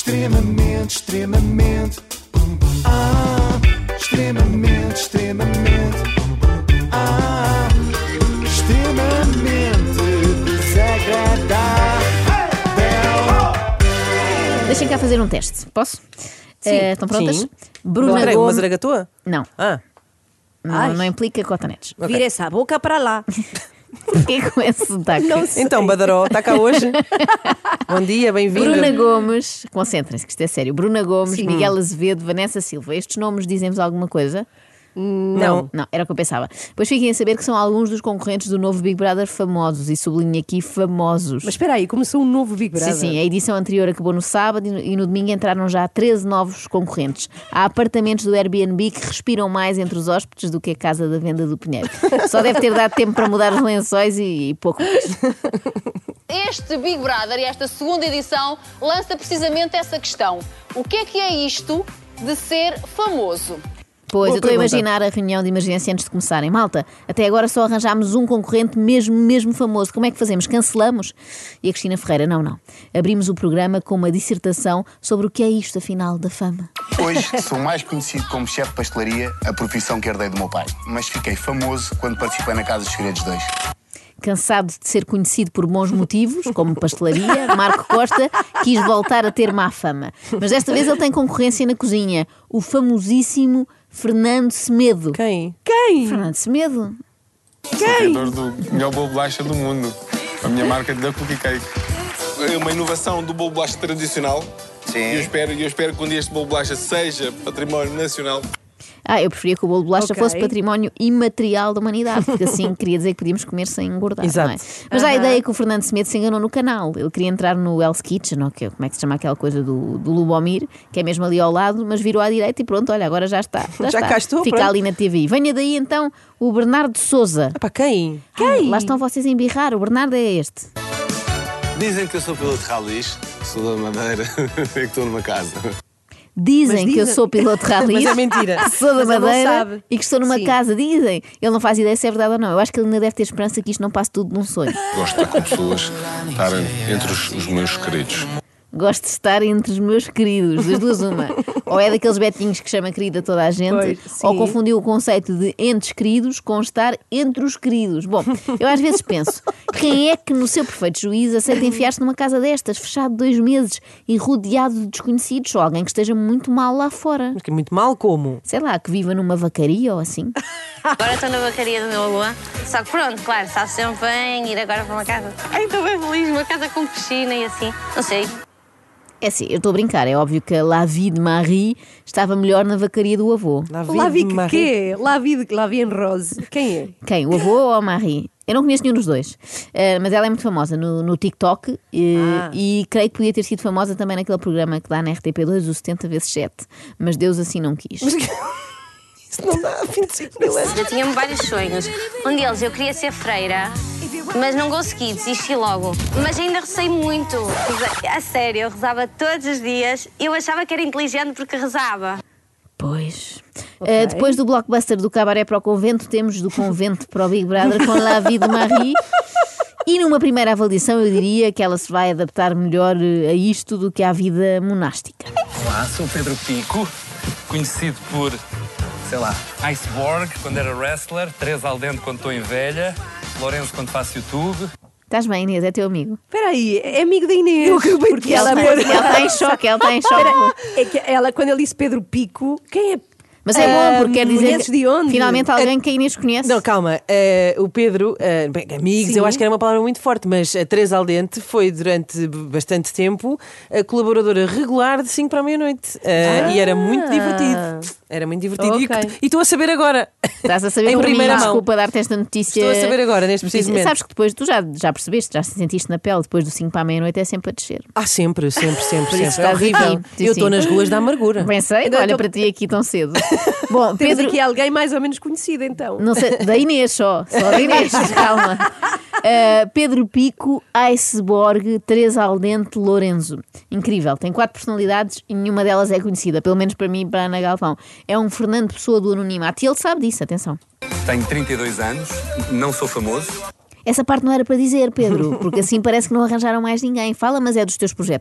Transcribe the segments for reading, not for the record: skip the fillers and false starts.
Extremamente, extremamente. Extremamente, extremamente. Extremamente desagradável. Deixem cá fazer um teste. Posso? Estão prontas? Sim. Bruna Peraí, uma Gomes. zaragatua? Não. Não implica cotonetes. Ok. Vira essa boca para lá. Porquê com esse sotaque? Não sei. Então, Badaró, está cá hoje? Bom dia, bem-vinda. Bruna Gomes, concentrem-se que isto é sério. Bruna Gomes, Sim. Miguel Azevedo, Vanessa Silva. Estes nomes dizem-vos alguma coisa? Não. Não, era o que eu pensava. Pois fiquem a saber que são alguns dos concorrentes do novo Big Brother famosos, e sublinho aqui famosos. Mas espera aí, começou um novo Big Brother. Sim, a edição anterior acabou no sábado e no domingo entraram já 13 novos concorrentes. Há apartamentos do Airbnb que respiram mais entre os hóspedes do que a casa da venda do Pinheiro. Só deve ter dado tempo para mudar os lençóis e pouco mais. Este Big Brother e esta segunda edição lança precisamente essa questão. O que é isto de ser famoso? Pois, Boa eu estou a pergunta. imaginar a reunião de emergência antes de começarem. Malta, até agora só arranjámos um concorrente mesmo famoso. Como é que fazemos? Cancelamos? E a Cristina Ferreira, não. Abrimos o programa com uma dissertação sobre o que é isto, afinal, da fama. Hoje sou mais conhecido como chefe de pastelaria, a profissão que herdei do meu pai. Mas fiquei famoso quando participei na Casa dos Segredos 2. Cansado de ser conhecido por bons motivos, como pastelaria, Marco Costa quis voltar a ter má fama. Mas desta vez ele tem concorrência na cozinha. O famosíssimo Fernando Semedo. Quem? Fernando Semedo? Criador do melhor bolo de bolacha do mundo. A minha marca da Cookie Cake. É uma inovação do bolo de bolacha tradicional. Sim. E eu espero que um dia este bolo de bolacha seja património nacional. Eu preferia que o bolo de bolacha Ok. fosse património imaterial da humanidade, porque assim queria dizer que podíamos comer sem engordar. Exato. Não é? Mas há a ideia que o Fernando Semedo se enganou no canal. Ele queria entrar no Hell's Kitchen, ou como é que se chama aquela coisa do Lubomir, que é mesmo ali ao lado, mas virou à direita e pronto, olha, agora já está. Já cá estou, Fica pronto. ali na TV. Venha daí então o Bernardo Souza. Epá, quem? Lá estão vocês a embirrar, o Bernardo é este. Dizem que eu sou piloto de ralis, sou da Madeira e que estou numa casa. Dizem Mas que eu dizem. sou piloto de rally. Mas é mentira. Sou da Mas ele não Madeira sabe. e que estou numa Sim. casa. Dizem. Ele não faz ideia se é verdade ou não. Eu acho que ele ainda deve ter esperança que isto não passe tudo num sonho. Gosto de estar com pessoas, estar entre os meus queridos. Gosto de estar entre os meus queridos, das duas uma. Ou é daqueles betinhos que chama querida toda a gente, Pois, sim. ou confundiu o conceito de entes queridos com estar entre os queridos. Bom, eu às vezes penso, quem é que no seu perfeito juízo aceita enfiar-se numa casa destas, fechado 2 meses e rodeado de desconhecidos, ou alguém que esteja muito mal lá fora? Mas que muito mal como? Sei lá, que viva numa vacaria ou assim. Agora estou na vacaria do meu avô. Só que pronto, claro, está sempre bem ir agora para uma casa. Ai, estou bem feliz, uma casa com piscina e assim. Não sei. É assim, eu estou a brincar, é óbvio que a La Vie de Marie estava melhor na vacaria do avô. Lá vi que quê? Lá vi em Rose. Quem é? Quem? O avô ou a Marie? Eu não conheço nenhum dos dois, mas ela é muito famosa no TikTok e creio que podia ter sido famosa também naquele programa que dá na RTP2, o 70x7, mas Deus assim não quis. Isso não dá 25 mil euros. Eu tinha vários sonhos. Um deles, eu queria ser freira, mas não consegui, desisti logo. Mas ainda recei muito. A sério, eu rezava todos os dias. Eu achava que era inteligente porque rezava. Pois. Depois do blockbuster do Cabaré para o Convento, temos do Convento para o Big Brother com La Vie de Marie. E numa primeira avaliação eu diria que ela se vai adaptar melhor a isto do que à vida monástica. Olá, sou o Pedro Pico, conhecido por, sei lá, Iceborg quando era wrestler, Teresa Aldente quando estou em velha, Lourenço quando faço YouTube. Estás bem, Inês? É teu amigo. Espera aí, é amigo da Inês. Porque ela Ela está em choque, ela está em choque. É que ela, quando ele disse Pedro Pico, quem é? Mas é bom, porque quer dizer Conheces de onde? finalmente alguém que a Inês conhece. Não, calma. O Pedro, bem, amigos, Sim. eu acho que era uma palavra muito forte, mas a Teresa Aldente foi durante bastante tempo a colaboradora regular de 5 para a meia-noite. E era muito divertido. Era muito divertido. Ok. E estou a saber agora. Estás a saber Em por mim, primeira mão. desculpa dar-te esta notícia. Estou a saber agora, neste preciso momento. Sabes que depois tu já percebeste, já sentiste na pele, depois do 5 para a meia-noite é sempre a descer. Sempre. Por isso É estás horrível. aqui. Eu Sim. estou nas ruas da amargura. Bem sei, Então, olha então- para ti aqui tão cedo. Bom, Temos Pedro, aqui alguém mais ou menos conhecido, então. não sei, da Inês só da Inês, calma. Pedro Pico, Iceborg, Teresa Aldente, Lourenço. Incrível, tem 4 personalidades e nenhuma delas é conhecida, pelo menos para mim e para a Ana Galvão. É um Fernando Pessoa do anonimato e ele sabe disso, atenção. Tenho 32 anos, não sou famoso. Essa parte não era para dizer, Pedro, porque assim parece que não arranjaram mais ninguém. Fala, mas é dos teus projetos.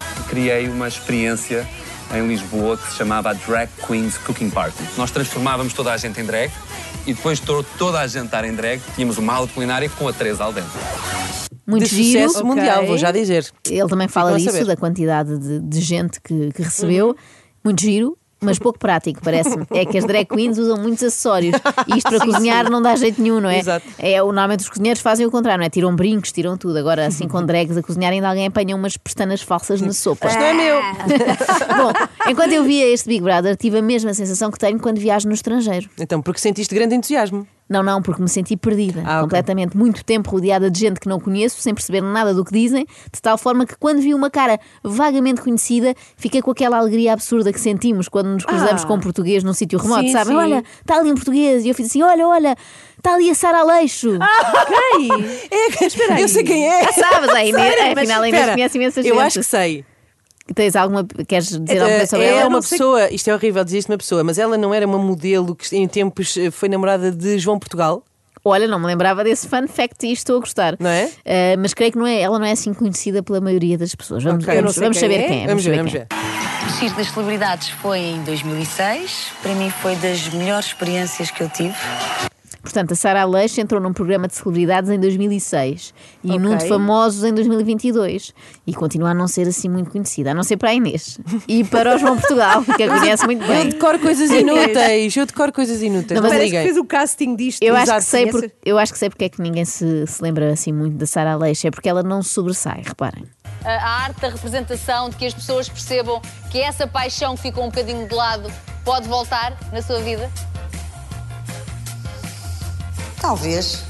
criei uma experiência em Lisboa que se chamava a Drag Queens Cooking Party. Nós transformávamos toda a gente em drag e depois de toda a gente estar em drag, tínhamos uma aula culinária com a Teresa Aldente. Muito de giro. sucesso mundial, vou já dizer. Ele também fala Ficam a disso, saber. da quantidade de gente que recebeu. Muito giro. Mas pouco prático, parece-me. É que as drag queens usam muitos acessórios. E isto para cozinhar não dá jeito nenhum, não é? Exato. Normalmente os cozinheiros fazem o contrário, não é? Tiram brincos, tiram tudo. Agora, assim, com drags a cozinhar, ainda alguém apanha umas pestanas falsas na sopa. Isto não é meu. Bom, enquanto eu via este Big Brother, tive a mesma sensação que tenho quando viajo no estrangeiro. Então, porque sentiste grande entusiasmo. Não, porque me senti perdida, Ok. completamente. Muito tempo rodeada de gente que não conheço, sem perceber nada do que dizem, de tal forma que quando vi uma cara vagamente conhecida, fiquei com aquela alegria absurda que sentimos quando nos cruzamos com um português num sítio remoto, Sim, sabem? sim. Olha, está ali um português. E eu fiz assim, olha, está ali a Sara Aleixo. Espera aí. Eu sei quem é. Sabes, afinal a Inês Espera, conhece imensa gente. eu acho que sei. Tens alguma... Queres dizer alguma coisa sobre É ela? uma pessoa, isto é horrível dizer isto de uma pessoa, mas ela não era uma modelo que em tempos foi namorada de João Portugal, Olha, não me lembrava desse fun fact e estou a gostar. não é? Mas creio que ela não é assim conhecida pela maioria das pessoas. Vamos, Ok. Eu vamos, não sei vamos quem saber é. quem é. Vamos ver, saber vamos quem é. ver. O Circo das Celebridades foi em 2006. Para mim foi das melhores experiências que eu tive. Portanto, a Sara Aleixo entrou num programa de celebridades em 2006 e Ok. num de famosos em 2022 e continua a não ser assim muito conhecida, a não ser para a Inês e para o João Portugal, que a conhece muito Eu bem. decoro coisas inúteis, Não, mas não Parece que liguem. fez o casting disto. Eu acho, Exato, que sei conhece? eu acho que sei porque é que ninguém se lembra assim muito da Sara Aleixo, é porque ela não sobressai, reparem. A arte da representação, de que as pessoas percebam que essa paixão que ficou um bocadinho de lado pode voltar na sua vida? Talvez.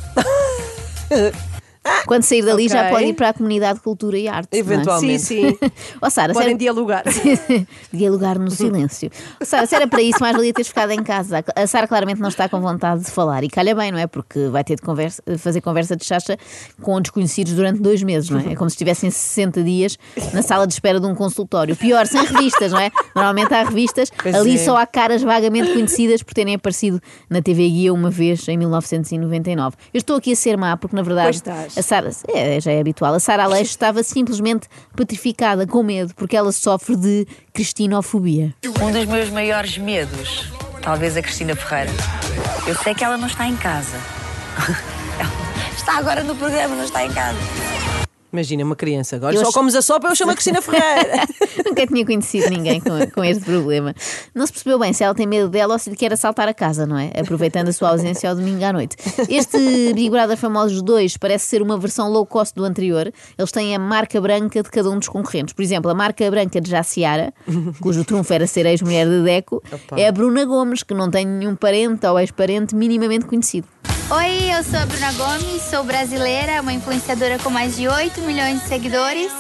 Quando sair dali já Ok. pode ir para a comunidade de cultura e arte. Eventualmente. Sim, sim. Ó Sara, Podem sério- dialogar. dialogar no silêncio. Sara, se era para isso, mais valia teres ficado em casa. A Sara claramente não está com vontade de falar. E calha bem, não é? Porque vai ter de fazer conversa de chacha com desconhecidos durante 2 meses, não é? É como se estivessem 60 dias na sala de espera de um consultório. Pior, sem revistas, não é? Normalmente há revistas, Pois ali é. só há caras vagamente conhecidas por terem aparecido na TV Guia uma vez em 1999. Eu estou aqui a ser má, porque na verdade Pois estás. a Sara, já é habitual, a Sara Aleixo estava simplesmente petrificada, com medo, porque ela sofre de cristinofobia. Um dos meus maiores medos, talvez a Cristina Ferreira. Eu sei que ela não está em casa. Ela está agora no programa, não está em casa. Imagina uma criança, agora Eu só acho- comes a sopa, eu chamo a Cristina Ferreira. Nunca tinha conhecido ninguém com este problema. Não se percebeu bem se ela tem medo dela ou se lhe quer assaltar a casa, não é? Aproveitando a sua ausência ao domingo à noite. Este Big Brother Famosos 2 parece ser uma versão low cost do anterior. Eles têm a marca branca de cada um dos concorrentes. Por exemplo, a marca branca de Jaciara, cujo trunfo era ser ex-mulher de Deco, é a Bruna Gomes, que não tem nenhum parente ou ex-parente minimamente conhecido. Oi, eu sou a Bruna Gomes, sou brasileira, uma influenciadora com mais de 8 milhões de seguidores.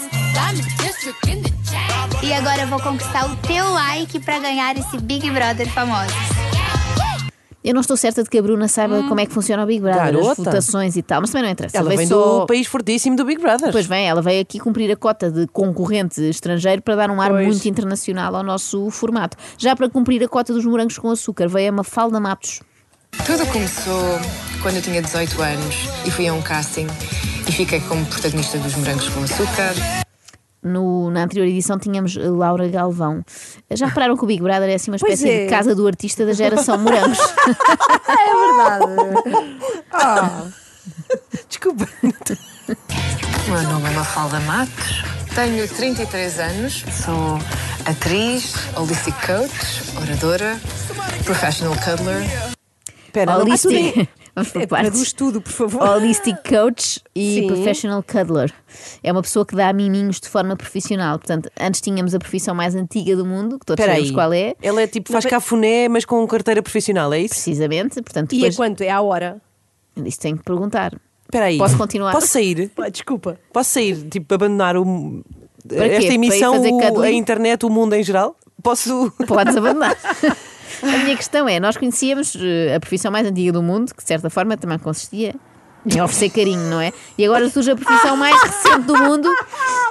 E agora eu vou conquistar o teu like pra ganhar esse Big Brother Famosos. Eu não estou certa de que a Bruna saiba como é que funciona o Big Brother, as Garota. votações e tal, mas também não interessa. Ela Veio vem só- do país fortíssimo do Big Brother. Pois bem, ela veio aqui cumprir a cota de concorrente estrangeiro para dar um ar Pois. muito internacional ao nosso formato. Já para cumprir a cota dos morangos com açúcar, veio a Mafalda Matos. Tudo começou quando eu tinha 18 anos e fui a um casting e fiquei como protagonista dos Morangos com Açúcar. Na anterior edição tínhamos Laura Galvão. Já repararam que o Big Brother é assim uma Pois espécie é. de casa do artista da geração morangos? Desculpa. O meu nome é Mafalda Matos, tenho 33 anos, sou atriz, holistic coach, oradora, professional cuddler. Espera, não- Holistic. Vamos por partes. Traduz tudo, por favor. Holistic Coach e Sim. Professional Cuddler. É uma pessoa que dá miminhos de forma profissional. Portanto, antes tínhamos a profissão mais antiga do mundo, que todos Espera sabemos aí. qual é. Ela é tipo, faz cafuné, mas com carteira profissional, é isso? Precisamente. Portanto, E depois... a quanto? É à hora? Isso tenho que perguntar. Espera aí. Posso continuar? Posso sair? Pá, desculpa. Posso sair? Tipo, abandonar Para quê? esta Para ir emissão, fazer cuddling? a internet, o mundo em geral? Posso? Podes abandonar. A minha questão é, nós conhecíamos a profissão mais antiga do mundo, que de certa forma também consistia em oferecer carinho, não é? E agora surge a profissão mais recente do mundo,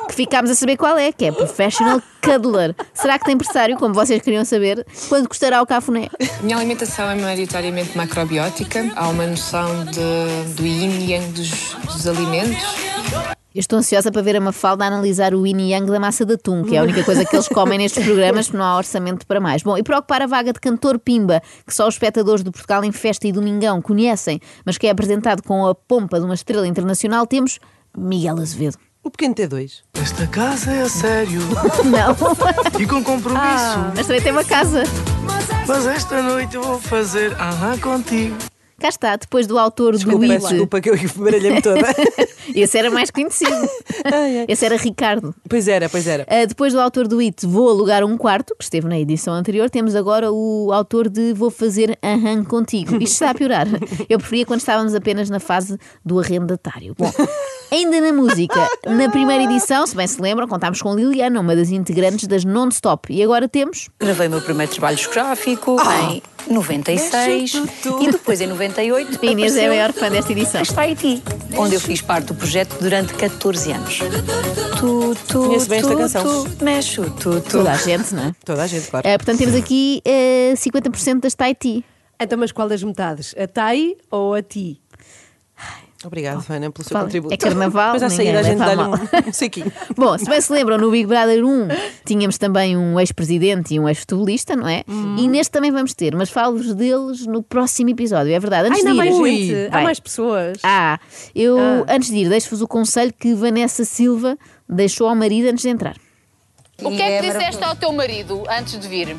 que ficámos a saber qual é, que é Professional Cuddler. Será que tem pressário, como vocês queriam saber? Quando custará o cafuné? A minha alimentação é maioritariamente macrobiótica. Há uma noção do yin e yang dos alimentos. Eu estou ansiosa para ver a Mafalda analisar o yin e yang da massa de atum, que é a única coisa que eles comem nestes programas, porque não há orçamento para mais. Bom, e para ocupar a vaga de cantor Pimba, que só os espectadores do Portugal em Festa e Domingão conhecem, mas que é apresentado com a pompa de uma estrela internacional, temos Miguel Azevedo. O pequeno T2. Esta casa é a sério. Não. E com compromisso. Mas também tem uma casa. Mas esta noite eu vou fazer contigo. Cá está, depois do autor do It. Desculpa que eu baralhei-me toda. Esse era mais conhecido. Esse era Ricardo. Pois era. Depois do autor do It, Vou Alugar um Quarto, que esteve na edição anterior, temos agora o autor de Vou Fazer Contigo. Isto está a piorar. Eu preferia quando estávamos apenas na fase do arrendatário. Bom, ainda na música, na primeira edição, se bem se lembram, contámos com Liliana, uma das integrantes das Non-Stop. E agora temos... Gravei o meu primeiro trabalho discográfico em 96 e depois em 98 a Inês é a maior fã desta edição. Está Haiti, onde eu fiz parte do projeto durante 14 anos. Conheço bem esta canção. Mexo, Toda a gente, não é? Toda a gente, claro. Portanto, temos aqui 50% das Tahiti. Então, mas qual das metades? A Tai ou a Ti? Obrigado, Ana, pelo seu contributo. É carnaval, mas à saída a gente dá-lhe um sequinho. Bom, se bem se lembram, no Big Brother 1 tínhamos também um ex-presidente e um ex-futebolista, não é? E neste também vamos ter, mas falo-vos deles no próximo episódio, é verdade. Antes de ir, mais gente, há mais pessoas. Antes de ir, deixo-vos o conselho que Vanessa Silva deixou ao marido antes de entrar. O que é que disseste ao teu marido antes de vir?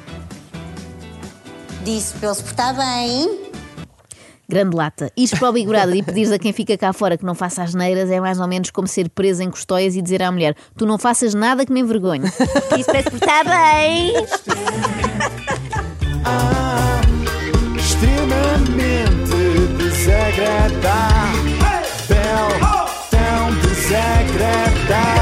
Disse para ele se portar bem. Grande lata. Isto para o Big Brother e pedires a quem fica cá fora que não faça asneiras é mais ou menos como ser preso em Custóias e dizer à mulher: tu não faças nada que me envergonhe. Isso para se portar bem. Extremamente desagradável. Tão desagradável.